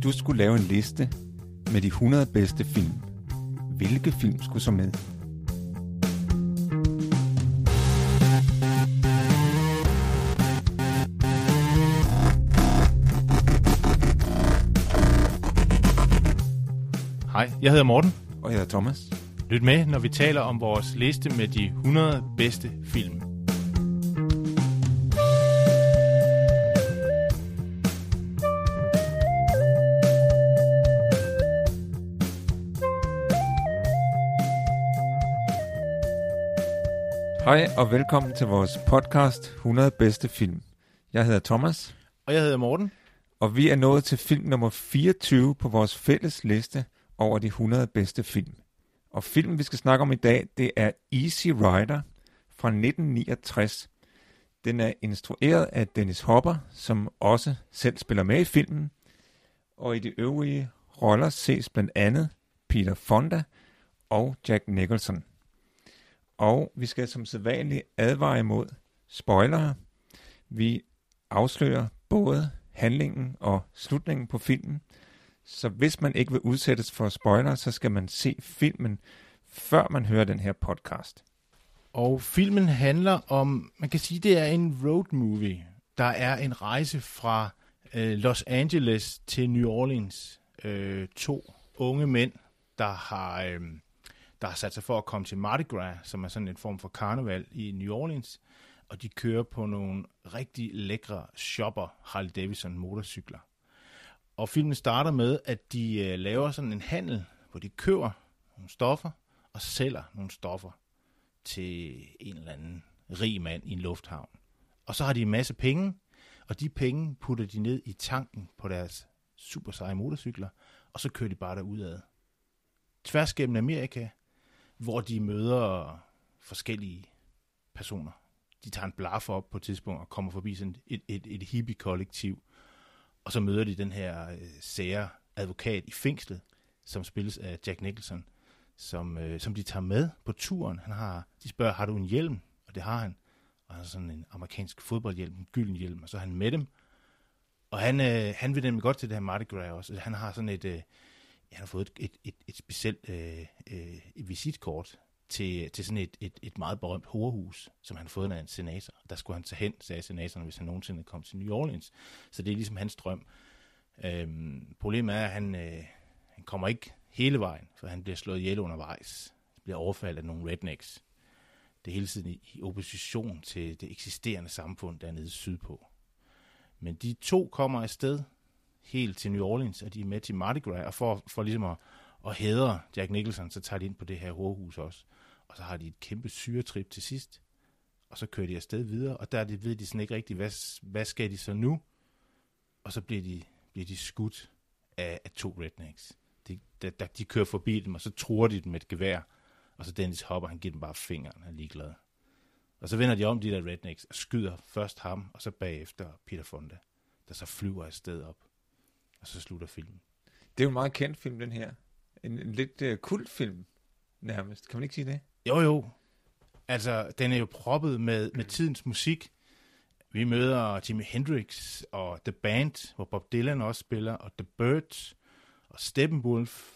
du skulle lave en liste med de 100 bedste film, hvilke film skulle så med? Hej, jeg hedder Morten. Og jeg hedder Thomas. Lyt med, når vi taler om vores liste med de 100 bedste film. Hej og velkommen til vores podcast 100 bedste film. Jeg hedder Thomas. Og jeg hedder Morten. Og vi er nået til film nummer 24 på vores fælles liste over de 100 bedste film. Og filmen, vi skal snakke om i dag, det er Easy Rider fra 1969. Den er instrueret af Dennis Hopper, som også selv spiller med i filmen. Og i de øvrige roller ses blandt andet Peter Fonda og Jack Nicholson. Og vi skal som sædvanligt advare imod spoilere. Vi afslører både handlingen og slutningen på filmen. Så hvis man ikke vil udsættes for spoilere, så skal man se filmen, før man hører den her podcast. Og filmen handler om, man kan sige, det er en road movie. Der er en rejse fra Los Angeles til New Orleans. To unge mænd, der har sat sig for at komme til Mardi Gras, som er sådan en form for karneval i New Orleans. Og de kører på nogle rigtig lækre shopper Harley Davidson motorcykler. Og filmen starter med, at de laver sådan en handel, hvor de køber nogle stoffer og sælger nogle stoffer til en eller anden rig mand i en lufthavn. Og så har de en masse penge, og de penge putter de ned i tanken på deres super seje motorcykler, og så kører de bare derudad. Tværs gennem Amerika, hvor de møder forskellige personer. De tager en blaffer op på et tidspunkt og kommer forbi sådan et hippie-kollektiv, og så møder de den her sære advokat i fængslet, som spilles af Jack Nicholson, som de tager med på turen. De spørger, har du en hjelm? Og det har han. Og han har sådan en amerikansk fodboldhjelm, en gylden hjelm, og så er han med dem. Og han vil nemlig godt til det her Mardi Gras også. Han har sådan han har fået et specielt visitkort til sådan et meget berømt horehus, som han har fået af en senator. Der skulle han tage hen, sagde senatoren, hvis han nogensinde kom til New Orleans. Så det er ligesom hans drøm. Problemet er, at han kommer ikke hele vejen, for han bliver slået ihjel undervejs. Han bliver overfaldet af nogle rednecks. Det er hele tiden i opposition til det eksisterende samfund dernede sydpå. Men de to kommer afsted helt til New Orleans, og de er med til Mardi Gras, og for ligesom at hædre Jack Nicholson, så tager de ind på det her horehus også. Og så har de et kæmpe syretrip til sidst, og så kører de afsted videre, og der ved de sådan ikke rigtigt, hvad skal de så nu? Og så bliver de skudt af to rednecks. De kører forbi dem, og så truer de dem med et gevær, og så Dennis Hopper, han giver dem bare fingeren, han er ligeglad. Og så vender de om, de der rednecks, og skyder først ham, og så bagefter Peter Fonda, der så flyver afsted op, og så slutter filmen. Det er jo en meget kendt film, den her. En lidt kultfilm, nærmest. Kan man ikke sige det? Jo. Altså, den er jo proppet med tidens musik. Vi møder Jimi Hendrix og The Band, hvor Bob Dylan også spiller, og The Byrds og Steppenwolf.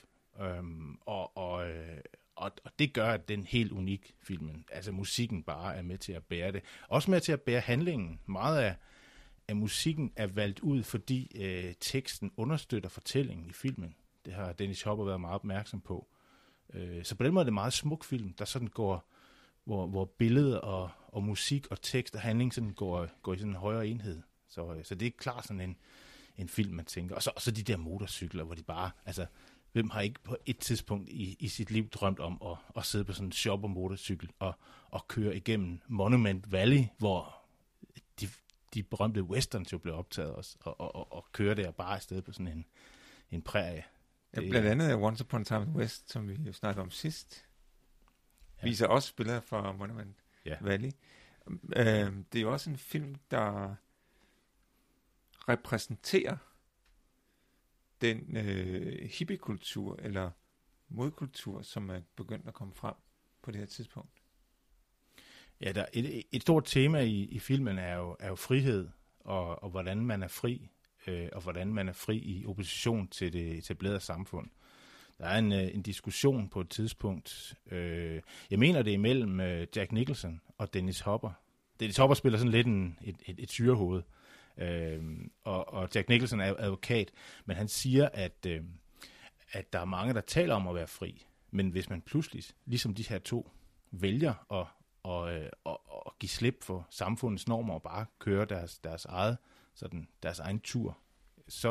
Og det gør, at den er helt unik, filmen. Altså, musikken bare er med til at bære det. Også med til at bære handlingen. Meget af musikken er valgt ud, fordi teksten understøtter fortællingen i filmen. Det har Dennis Hopper været meget opmærksom på. Så på den måde er det en meget smuk film, der sådan går, hvor billede og musik og tekst og handling sådan går i sådan en højere enhed. Så det er klart sådan en film, man tænker. Og så de der motorcykler, hvor de bare, altså, hvem har ikke på et tidspunkt i sit liv drømt om at sidde på sådan en shopper-motorcykel og køre igennem Monument Valley, hvor de berømte westerns jo blev optaget også, og køre der bare afsted på sådan en prærie. Ja, blandt andet Once Upon a Time in West, som vi jo snakkede om sidst, viser også spillere fra Monument Valley. Det er jo også en film, der repræsenterer den hippiekultur eller modkultur, som er begyndt at komme frem på det her tidspunkt. Ja, et stort tema i filmen er jo frihed, og hvordan man er fri og hvordan man er fri i opposition til det etablerede samfund. Der er en diskussion på et tidspunkt. Jeg mener, det er mellem Jack Nicholson og Dennis Hopper. Dennis Hopper spiller sådan lidt et syrehoved, og Jack Nicholson er advokat, men han siger, at der er mange, der taler om at være fri, men hvis man pludselig, ligesom de her to, vælger at give slip for samfundets normer og bare køre deres egen tur, så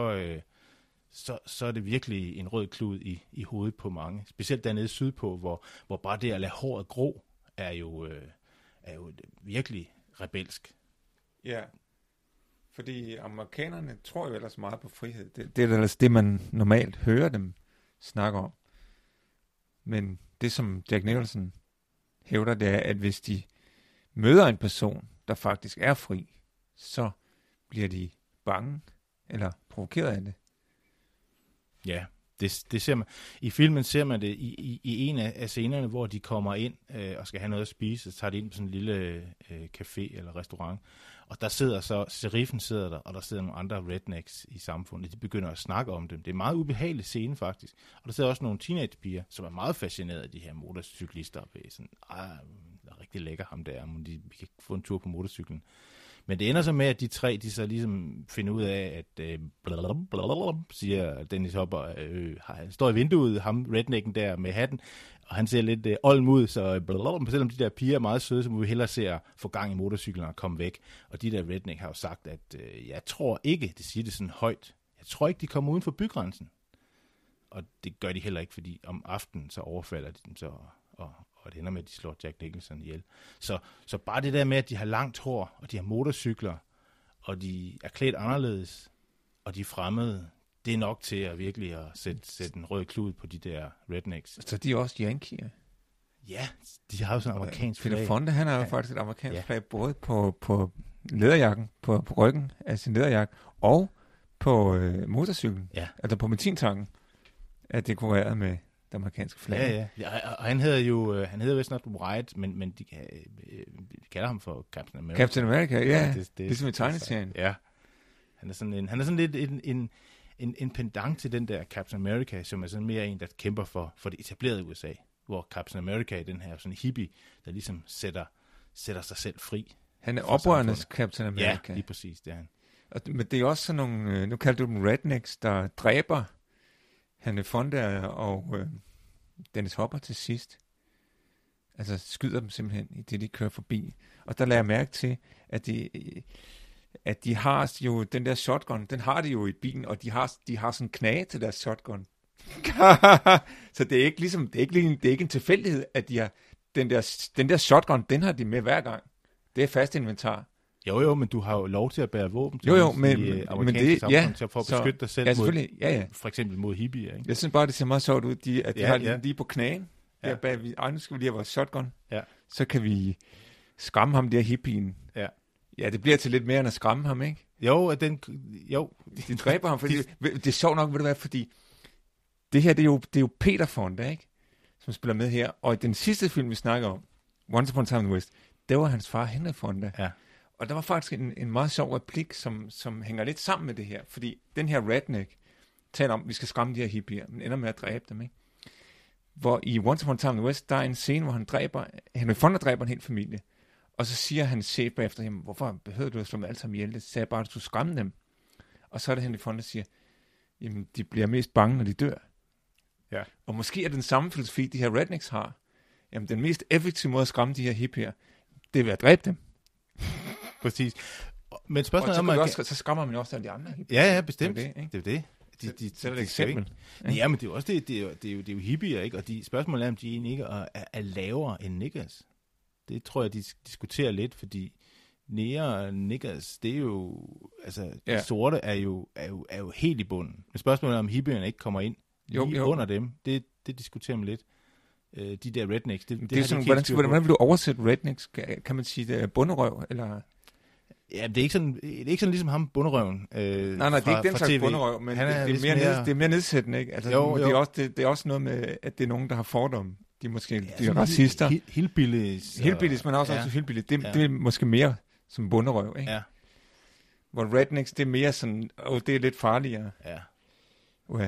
er det virkelig en rød klud i hovedet på mange. Specielt dernede sydpå, hvor bare det at lade håret gro er jo virkelig rebelsk. Ja, fordi amerikanerne tror jo ellers meget på frihed. Det er ellers det, man normalt hører dem snakke om. Men det, som Jack Nicholson hævder, det er, at hvis de møder en person, der faktisk er fri, så bliver de bange eller provokeret af det. Ja, det ser man. I filmen ser man det i en af scenerne, hvor de kommer ind og skal have noget at spise, så tager de ind på sådan en lille café eller restaurant. Og der sidder så, sheriffen sidder der, og der sidder nogle andre rednecks i samfundet. De begynder at snakke om dem. Det er en meget ubehagelig scene faktisk. Og der sidder også nogle teenagepiger, som er meget fascineret af de her motorcyklister. Og sådan, det er rigtig lækker ham der, men vi kan få en tur på motorcyklen. Men det ender så med, at de tre, de så ligesom finder ud af, at siger Dennis Hopper, han står i vinduet, ham rednecken der med hatten, og han ser lidt olm ud, så selvom de der piger er meget søde, så må vi hellere se at få gang i motorcyklen og komme væk. Og de der redneck har jo sagt, at jeg tror ikke, det siger det sådan højt, jeg tror ikke, de kommer uden for bygrænsen. Og det gør de heller ikke, fordi om aftenen så overfalder de dem så, og det ender med, at de slår Jack Nicholson ihjel. Så bare det der med, at de har langt hår, og de har motorcykler, og de er klædt anderledes, og de er fremmede, det er nok til at virkelig at sætte en rød klud på de der rednecks. Så de er også yankeer? Ja, de har jo sådan en amerikansk flag. Peter Fonda, han har jo faktisk et amerikansk flag, både på læderjakken, på ryggen af sin læderjakke, og på motorcyklen, altså på benzintanken, er dekoreret med det amerikanske flag. Ja, og han hedder vist nok Wright, men de kalder ham for Captain America. Captain America, ja. Det ligesom i tegneserien. Ja. Han er sådan lidt en pendant til den der Captain America, som er sådan mere en, der kæmper for det etablerede USA, hvor Captain America er den her sådan hippie, der ligesom sætter sig selv fri. Han er oprørernes Captain America. Ja, lige præcis, det er han. Men det er også sådan nogle, nu kalder du dem rednecks, der dræber Henry Fonda og Dennis Hopper til sidst. Altså skyder dem simpelthen i det, de kører forbi. Og der lader jeg mærke til, at de har jo den der shotgun, den har de jo i bilen, og de har sådan en knage til deres shotgun. Så det er ikke en tilfældighed, at de har den der shotgun, den har de med hver gang. Det er fast inventar. Jo, men du har jo lov til at bære våben til men det, samfund, for at beskytte dig selv mod, for eksempel mod hippier. Ikke? Jeg synes bare, det ser meget sjovt ud, at de har lige på knæen. Der bag, nu skal vi lige have vores shotgun. Ja. Så kan vi skræmme ham der hippien. Ja, det bliver til lidt mere end at skræmme ham, ikke? Jo, de dræber ham, fordi det er sjovt nok, ved du hvad, fordi det her, det er jo Peter Fonda, ikke? Som spiller med her. Og i den sidste film, vi snakker om, Once Upon a Time in the West, det var hans far, Henry Fonda. Ja. Og der var faktisk en meget sjov replik, som hænger lidt sammen med det her. Fordi den her redneck taler om, at vi skal skræmme de her hippier, men ender med at dræbe dem, ikke? Hvor i Once Upon a Time in the West, der er en scene, hvor Henry Fonda dræber en hel familie. Og så siger hans chef bagefter, jamen, hvorfor behøver du at slå dem alle sammen ihjel? Det sagde bare, at du skræmme dem. Og så er det Henry Fonda, der siger, jamen, de bliver mest bange, når de dør. Ja. Og måske er den samme filosofi, de her rednecks har. Jamen, den mest effektive måde at skræmme de her hippier, det er ved at dræbe dem. Præcis. Men spørgsmålet er, så skræmmer man jo også alle de andre hippier. Ja, bestemt. Det er det. De sætter et eksempel. Ja, men det er jo også det er jo hippier, ikke? Og spørgsmålet er, om de egentlig ikke er lavere end niggers. Det tror jeg, de diskuterer lidt, fordi niggers, det er jo, altså, de sorte er jo helt i bunden. Men spørgsmålet er, om hippierne ikke kommer ind lige under dem. Det diskuterer man lidt. De der rednecks. Det er sådan, hvordan vil du oversætte rednecks? Kan man sige, det er bunderøv, eller? Ja, det er ikke sådan ligesom ham, bunderøven. Nej, det er ikke den slags bunderøv, men det er mere nedsættende, ikke? Altså, jo. Det er også noget med, at det er nogen, der har fordomme. De er måske de er racister. Hillbillies. Hillbillies, men også hillbillies. Det er måske mere som bunderøv, ikke? Ja. Hvor rednecks, det er mere sådan, det er lidt farligere. Ja. Okay.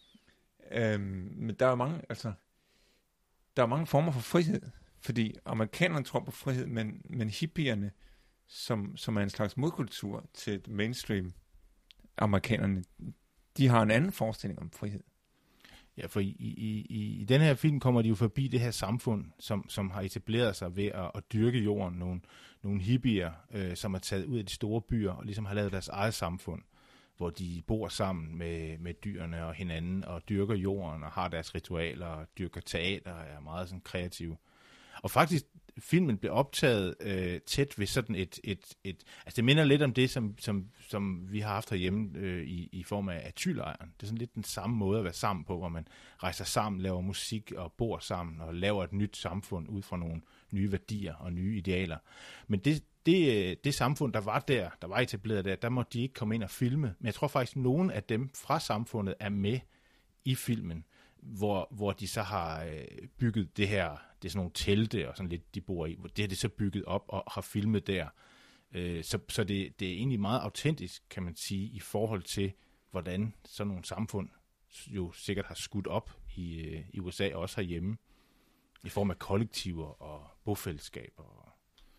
Men der er jo mange, der er mange former for frihed, fordi amerikanerne tror på frihed, men hippierne, som er en slags modkultur til mainstream amerikanerne, de har en anden forestilling om frihed. Ja, for i den her film kommer de jo forbi det her samfund, som har etableret sig ved at dyrke jorden. Nogle hippier, som er taget ud af de store byer og ligesom har lavet deres eget samfund, hvor de bor sammen med dyrene og hinanden og dyrker jorden og har deres ritualer og dyrker teater og er meget sådan kreative. Og faktisk, filmen blev optaget tæt ved sådan et altså det minder lidt om det, som vi har haft herhjemme i form af Thylejren. Det er sådan lidt den samme måde at være sammen på, hvor man rejser sammen, laver musik og bor sammen og laver et nyt samfund ud fra nogle nye værdier og nye idealer. Men det samfund, der var etableret der måtte de ikke komme ind og filme. Men jeg tror faktisk, at nogle af dem fra samfundet er med i filmen, hvor de så har bygget det her, det er sådan nogle telte og sådan lidt, de bor i, hvor det er det så bygget op og har filmet der. Så det er egentlig meget autentisk, kan man sige, i forhold til, hvordan sådan nogle samfund jo sikkert har skudt op i USA og også herhjemme, i form af kollektiver og bofællesskaber og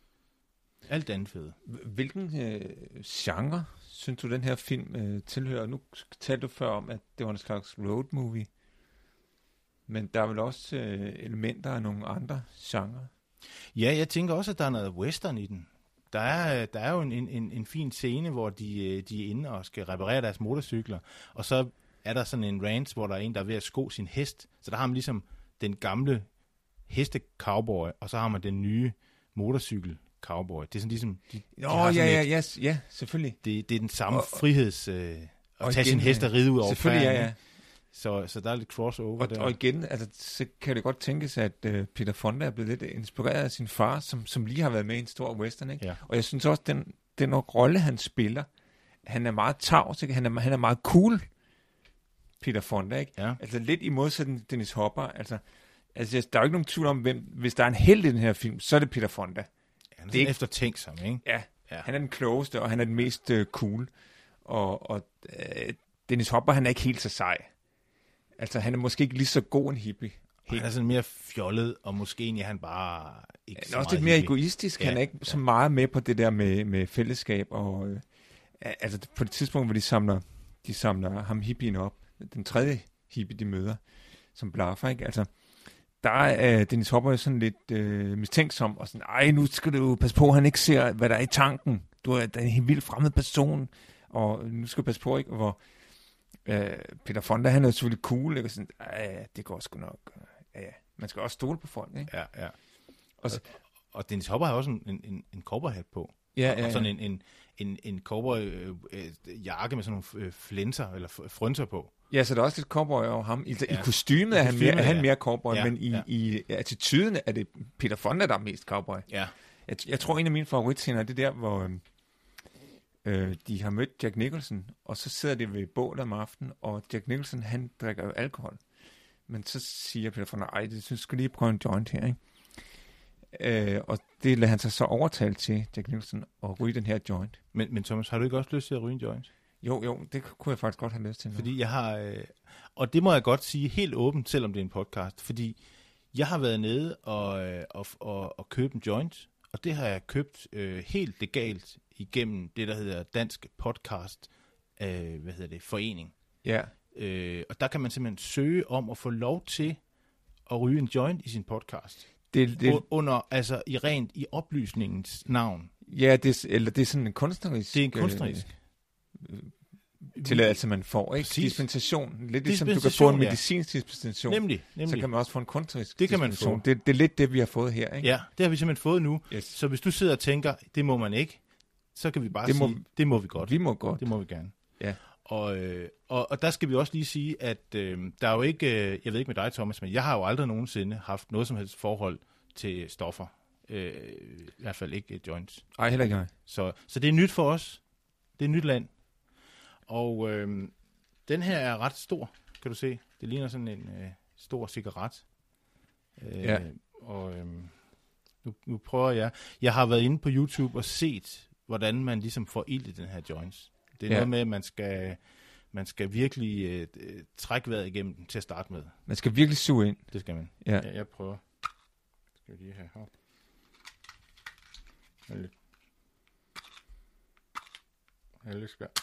alt andet fede. Hvilken genre synes du, den her film tilhører? Nu talte du før om, at det var en slags road movie. Men der er vel også elementer af nogle andre genrer? Ja, jeg tænker også, at der er noget western i den. Der er jo en fin scene, hvor de er inde og skal reparere deres motorcykler, og så er der sådan en ranch, hvor der er en, der er ved at sko sin hest. Så der har man ligesom den gamle heste-cowboy, og så har man den nye motorcykel-cowboy. Det er sådan ligesom... Ja, selvfølgelig. Det er den samme friheds... at tage sin hest og ride ud over selvfølgelig, ja. Så der er lidt crossover der. Og igen, så kan det godt tænkes, at Peter Fonda er blevet lidt inspireret af sin far, som lige har været med i en stor western, ikke? Ja. Og jeg synes også, den rolle, han spiller, han er meget tavs, ikke? Han er meget cool, Peter Fonda, ikke? Ja. Altså lidt i modsætning til Dennis Hopper. Altså, der er jo ikke nogen tvivl om, hvis der er en held i den her film, så er det Peter Fonda. Ja, det er eftertænksom, ikke? Ja, han er den klogeste, og han er den mest cool. Og Dennis Hopper, han er ikke helt så sej. Altså, han er måske ikke lige så god en hippie. Han er sådan mere fjollet, og måske egentlig han bare ikke så meget også lidt mere hippie. egoistisk. Han er ikke så meget med på det der med fællesskab. Og altså, på det tidspunkt, hvor de samler ham hippien op, den tredje hippie, de møder, som blaffer, ikke? Altså, der er Dennis Hopper sådan lidt mistænksom, og sådan, nu skal du passe på, at han ikke ser, hvad der er i tanken. Du er en helt vildt fremmed person, og nu skal du passe på, ikke? Hvor Peter Fonda, han er selvfølgelig cool, ikke? Og sådan, det går sgu nok. Ja. Man skal også stole på folk, ikke? Ja. Og Dennis Hopper har også en cowboyhat på. Ja. Og sådan en cowboy jakke med sådan nogle flænser, eller frynser på. Ja, så der er også lidt cowboy over ham. I kostymet er han mere cowboy, men i attituden er det Peter Fonda, der er mest cowboy. Ja. Jeg tror, en af mine favoritscener er det der, hvor de har mødt Jack Nicholson, og så sidder de ved bålet om aftenen, og Jack Nicholson, han drikker jo alkohol. Men så siger Peter Fonda, det synes jeg lige prøve en joint her, ikke? Og det lader han sig så overtale til, Jack Nicholson, at ryge den her joint. Men Thomas, har du ikke også lyst til at ryge en joint? Jo, det kunne jeg faktisk godt have lyst til. Fordi jeg har, og det må jeg godt sige helt åbent, selvom det er en podcast, fordi jeg har været nede og købt en joint, og det har jeg købt helt legalt igennem det, der hedder Dansk Podcast Forening. Ja. Og der kan man simpelthen søge om at få lov til at ryge en joint i sin podcast. Under, i oplysningens navn. Ja, det er sådan en kunstnerisk... Det er en kunstnerisk. Tilladelse, man får, ikke? Præcis. Dispensation. Lidt ligesom du kan få en medicinsk dispensation. Nemlig. Så kan man også få en kunstnerisk det kan man dispensation. få. Det er lidt det, vi har fået her, ikke? Ja, det har vi simpelthen fået nu. Yes. Så hvis du sidder og tænker, det må man ikke, så kan vi bare sige, det må vi godt. Vi må godt. Det må vi gerne. Ja. Og der skal vi også lige sige, at der er jo ikke, jeg ved ikke med dig, Thomas, men jeg har jo aldrig nogensinde haft noget som helst forhold til stoffer. I hvert fald ikke joints. Nej, heller ikke jeg. Så det er nyt for os. Det er nyt land. Og den her er ret stor, kan du se. Det ligner sådan en stor cigaret. Ja. Og nu prøver jeg. Jeg har været inde på YouTube og set, hvordan man ligesom får ild i den her joints. Det er noget med, at man skal virkelig trække vejret igennem den til at starte med. Man skal virkelig suge ind. Det skal man. Ja. Jeg prøver. Skal vi lige have her. Det er lidt svært.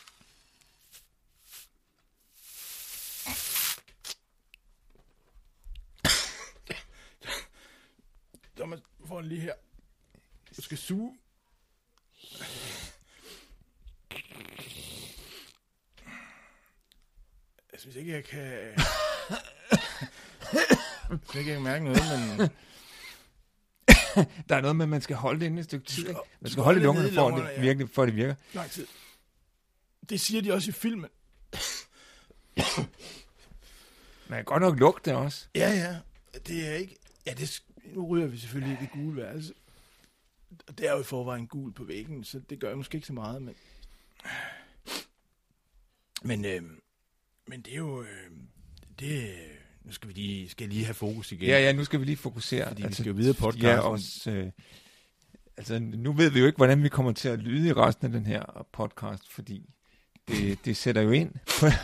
Så man får den lige her. Du skal suge. Jeg synes ikke, jeg kan... Jeg kan ikke mærke noget, men... Der er noget med, at man skal holde det inde et stykke tid. Ikke? Man skal holde det i lungerne, for at det virker. Lang tid. Det siger de også i filmen. Man kan godt nok lugte det også. Ja. Det er ikke... Ja, nu ryger vi selvfølgelig i det gule værelse. Det er jo i forvejen gul på væggen, så det gør måske ikke så meget, men det er jo... Nu skal vi lige have fokus igen. Ja, nu skal vi lige fokusere. Fordi vi skal jo videre podcasten. Ja, også, nu ved vi jo ikke, hvordan vi kommer til at lyde i resten af den her podcast, fordi det sætter jo ind.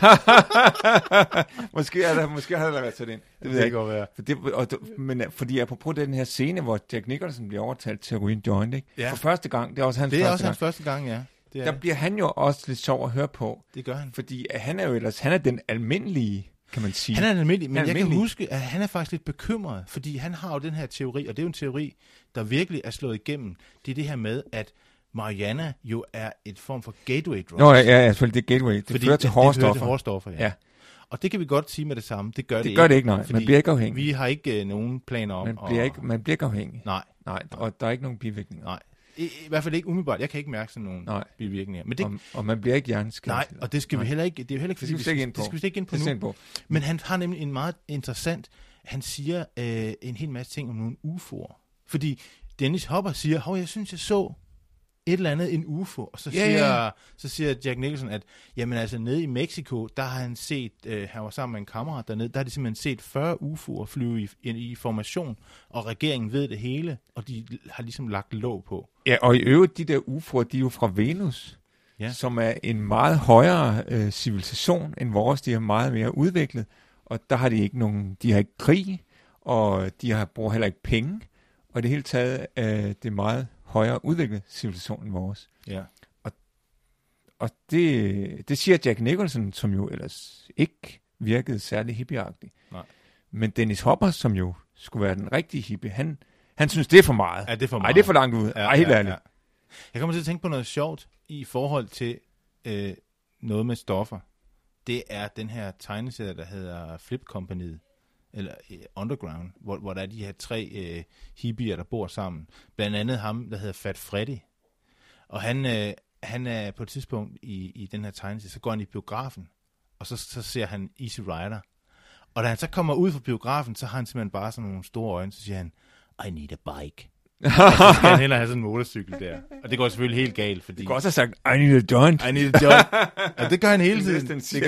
måske har der været sat ind. Det ved jeg ikke, men fordi apropos den her scene, hvor Jack Nicholson bliver overtalt til at ryge en joint, ikke? Ja. For første gang, det er også hans første gang, ja. Der bliver han jo også lidt sjov at høre på. Det gør han. Fordi han er jo ellers, han er den almindelige, kan man sige. Han er almindelig, men jeg kan huske, at han er faktisk lidt bekymret, fordi han har jo den her teori, og det er jo en teori, der virkelig er slået igennem. Det er det her med, at marijuana jo er et form for gateway drug. Nå ja, selvfølgelig det er gateway. Det fører til hårde stoffer. Ja. Og det kan vi godt sige med det samme. Det gør det ikke, nej. Man bliver ikke afhængig. Vi har ikke nogen planer om... Man bliver ikke afhængig. Nej. Og der er ikke nogen bivirkninger. Nej. I hvert fald ikke umiddelbart. Jeg kan ikke mærke sådan nogle bivirkninger. Men det, og man bliver ikke hjerneskadet. Nej, og det skal vi heller ikke... Det er jo heller ikke, det skal vi ikke ind på nu. Men han har nemlig en meget interessant... Han siger en hel masse ting om nogle UFO'er. Fordi Dennis Hopper siger, jeg synes, jeg så et eller andet, en UFO. Og så siger Jack Nicholson, at jamen altså nede i Mexico, der har han set, han var sammen med en kammerat dernede, der har de simpelthen set 40 UFO'er flyve i formation, og regeringen ved det hele, og de har ligesom lagt låg på. Ja, og i øvrigt, de der UFO'er, de er jo fra Venus, som er en meget højere civilisation end vores. De er meget mere udviklet, og der har de har ikke krig, og de bruger heller ikke penge, og i det hele taget det er meget højere udviklet civilisation end vores. Ja. Og det siger Jack Nicholson, som jo ellers ikke virkede særlig hippieagtig. Nej. Men Dennis Hopper, som jo skulle være den rigtige hippie, han synes, det er for meget. Ja, det er for meget. Ej, det er for langt ud. Ej, helt ærligt. Ja. Jeg kommer til at tænke på noget sjovt i forhold til noget med stoffer. Det er den her tegneserie, der hedder Flip Company, eller Underground, hvor der er de her 3 hippier, der bor sammen. Blandt andet ham, der hedder Fat Freddy. Og han er på et tidspunkt i den her tegneserie, så går han i biografen, og så ser han Easy Rider. Og da han så kommer ud fra biografen, så har han simpelthen bare sådan nogle store øjne, så siger han, I need a bike. Og så skal han hellere have sådan en motorcykel der. Og det går selvfølgelig helt galt, fordi... Du kan også have sagt, I need a joint. I need a joint. Og det gør han hele tiden.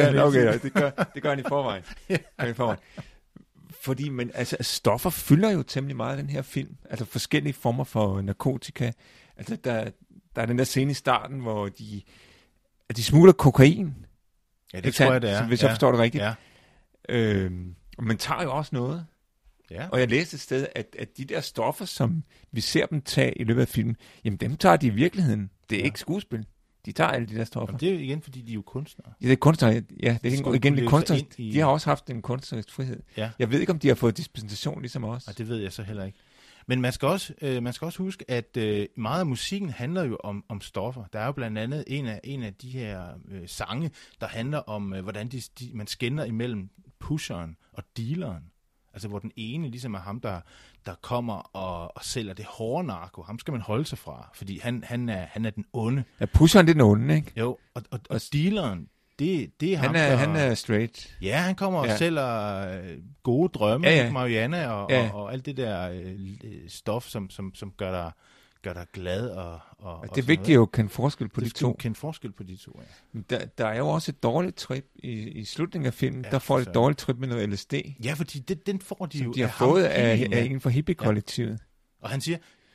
Det gør han i forvejen. Fordi stoffer fylder jo temmelig meget i den her film. Altså forskellige former for narkotika. Altså der er den der scene i starten, hvor de smugler kokain. Ja, det tror jeg, det er. Hvis jeg forstår det rigtigt. Ja. Og man tager jo også noget. Ja. Og jeg læste et sted, at de der stoffer, som vi ser dem tage i løbet af filmen, jamen dem tager de i virkeligheden. Det er ikke skuespil. De tager alle de der stoffer. Og det er jo igen, fordi de er jo kunstnere. Ja, det er kunstnere. Ja, det er igen det kunstnerisk. De har også haft en kunstnerisk frihed. Ja. Jeg ved ikke, om de har fået dispensation ligesom os. Og det ved jeg så heller ikke. Men man skal også huske, at meget af musikken handler jo om stoffer. Der er jo blandt andet en af de her sange, der handler om, hvordan man skelner imellem pusheren og dealeren. Altså hvor den ene ligesom er ham, der kommer og sælger det hårde narko. Ham skal man holde sig fra, fordi han er den onde. Ja, pusheren det er den onde, ikke? Jo, og dealeren, det er ham, han er straight. Ja, han kommer og sælger gode drømme, marijuana og alt det der stof, som gør dig glad. Og det er vigtigt at kende forskel på de to. Kende forskel på de to, ja. Der er jo også et dårligt trip i slutningen af filmen. Ja, der får et dårligt trip med noget LSD. Ja, fordi den får de jo. De har fået af en fra hippie-kollektivet. Ja. Og han siger,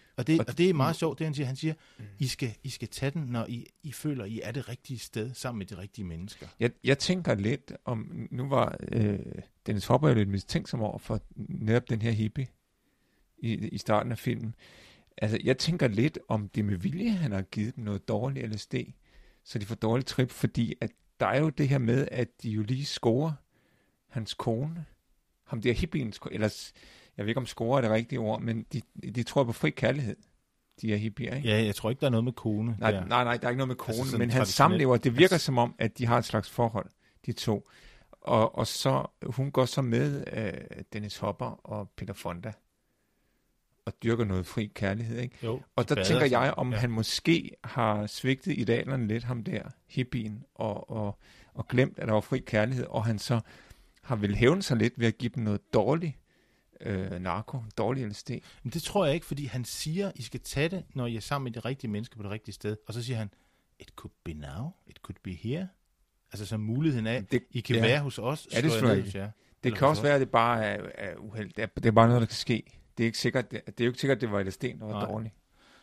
Og det er meget sjovt, det han siger. Han siger, I skal tage den, når I føler, I er det rigtige sted, sammen med de rigtige mennesker. Jeg tænker lidt om, nu var Dennis Hopper jo lidt mistænksom over for netop den her hippie i starten af filmen. Altså, jeg tænker lidt om det med vilje, han har givet dem noget dårligt LSD, så de får dårlig trip, fordi at der er jo det her med, at de jo lige scorer hans kone, ham der hippien, ellers, jeg ved ikke om scorer er det rigtige ord, men de tror på fri kærlighed, de her hippier, ikke? Ja, jeg tror ikke, der er noget med kone. Nej, der er ikke noget med kone, altså men hans samlever, det virker som om, at de har et slags forhold, de to. Og så, hun går så med Dennis Hopper og Peter Fonda, og dyrker noget fri kærlighed, ikke? Jo, og der tænker jeg, om han måske har svigtet idealerne lidt, ham der, hippien, og glemt, at der var fri kærlighed, og han så har vel hævnet sig lidt ved at give dem noget dårligt narko, dårlig LSD. Men det tror jeg ikke, fordi han siger, I skal tage det, når I er sammen med de rigtige mennesker på det rigtige sted. Og så siger han, it could be now, it could be here. Altså så muligheden af, I kan være hos os. Ja, det er ned, det kan også være, at det bare er uheld. Det er bare noget, der kan ske. Det er ikke sikkert, det er jo ikke sikkert, at det var LSD, der var dårligt.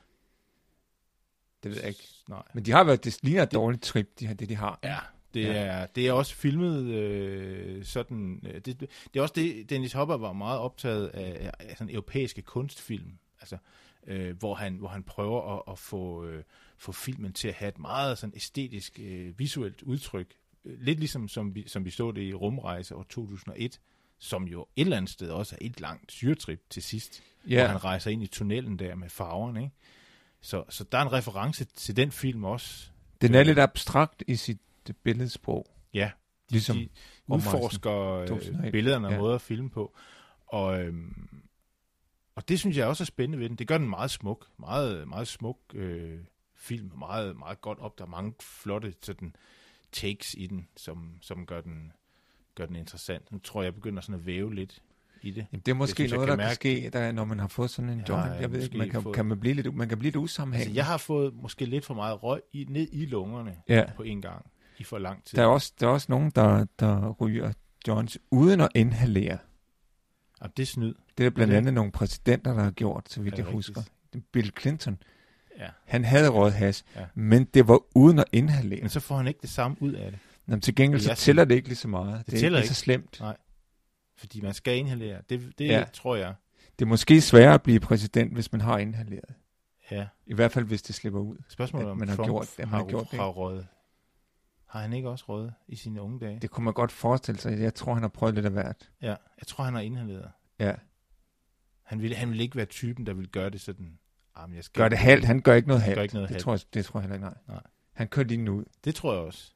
Det ved jeg ikke. Nej. Men de har været, det ligner et dårligt trip, de har. Ja. Det er også filmet sådan. Det er også det, Dennis Hopper var meget optaget af sådan europæiske kunstfilm, altså hvor han prøver at få filmen til at have et meget sådan æstetisk visuelt udtryk, lidt ligesom som vi så det i Rumrejse år 2001, som jo et eller andet sted også er et langt syretrip til sidst, hvor han rejser ind i tunnelen der med farverne, ikke? Så der er en reference til den film også. Den er lidt abstrakt i sit billedsprog. Ja, ligesom de udforsker billederne og måder at filme på. Og det synes jeg også er spændende ved den. Det gør den meget smuk. Meget, meget smuk film. Meget, meget godt op. Der er mange flotte sådan, takes i den, som gør den interessant. Nu tror jeg begynder sådan at væve lidt i det. Jamen, det er måske det, noget, der kan ske, når man har fået sådan en joint. Jeg ved ikke, man kan blive lidt usammenhængende. Altså, jeg har fået måske lidt for meget røg ned i lungerne på en gang. I for lang tid. Der er også nogen, der ryger joints uden at inhalere. Jamen, det er snyd. Det er blandt andet nogle præsidenter, der har gjort, så vidt jeg husker. Bill Clinton. Ja. Han havde røget hash, men det var uden at inhalere. Men så får han ikke det samme ud af det. Jamen, til gengæld så tæller det ikke lige så meget. Det er ikke så slemt. Nej. Fordi man skal inhalere. Det tror jeg. Det er måske sværere at blive præsident, hvis man har inhaleret. Ja. I hvert fald, hvis det slipper ud. Spørgsmålet om man har gjort det. Har røget. Har han ikke også røget i sine unge dage? Det kunne man godt forestille sig. Jeg tror, han har prøvet lidt af hvert. Ja, jeg tror, han har inhaleret. Ja. Han ville ikke være typen, der ville gøre det sådan. Jeg skal gør det halvt. Han gør ikke noget halvt. Det tror jeg heller ikke, nej. Han kører lige ud. Det tror jeg også.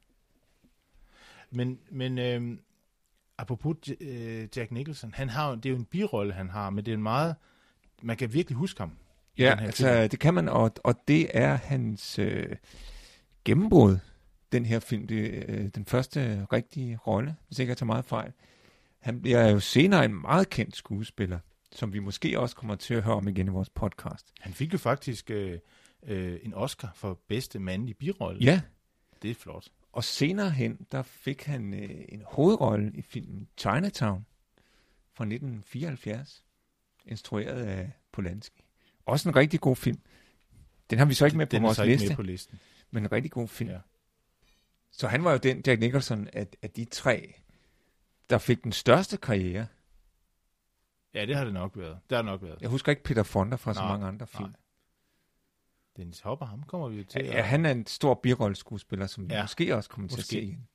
Men apropos Jack Nicholson, det er jo en birolle, han har, men det er en meget, man kan virkelig huske ham. Ja, altså det kan man, og det er hans gennembrud, den her film. Det er den første rigtige rolle, hvis ikke jeg tager meget fejl. Han bliver jo senere en meget kendt skuespiller, som vi måske også kommer til at høre om igen i vores podcast. Han fik jo faktisk en Oscar for bedste mandlige birolle. Ja. Det er flot. Og senere hen, der fik han en hovedrolle i filmen Chinatown fra 1974, instrueret af Polanski. Også en rigtig god film. Den har vi så ikke med på vores liste, men en rigtig god film. Ja. Så han var jo den Jack Nicholson af de tre, der fik den største karriere. Ja, det har det nok været. Jeg husker ikke Peter Fonda fra så mange andre film. Nej. Dennis Hopper, ham kommer vi jo til. Ja, han er en stor birolleskuespiller, som vi måske også kommer til at se igen.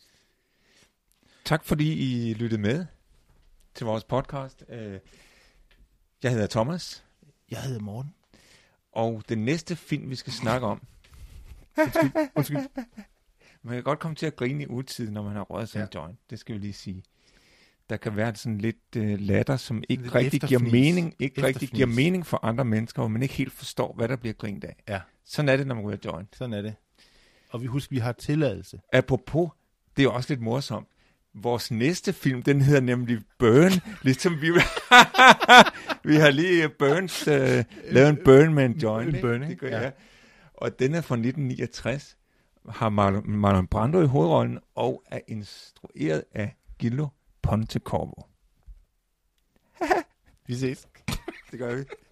Tak fordi I lyttede med til vores podcast. Jeg hedder Thomas. Jeg hedder Morten. Og den næste film, vi skal snakke om... Undskyld. Man kan godt komme til at grine i utiden, når man har røget sådan en joint. Det skal vi lige sige. Der kan være sådan lidt latter, som ikke rigtig giver mening for andre mennesker, og man ikke helt forstår, hvad der bliver grint af. Ja. Sådan er det, når man ryger joint. Sådan er det. Og vi husker, vi har tilladelse. Apropos, det er også lidt morsomt. Vores næste film, den hedder nemlig Burn, ligesom vi har lige lavet en Burn med en joint. Burn, ja. Og den er fra 1969, har Marlon Brando i hovedrollen, og er instrueret af Gillo Pontecorvo. Vi ses. Det gør vi.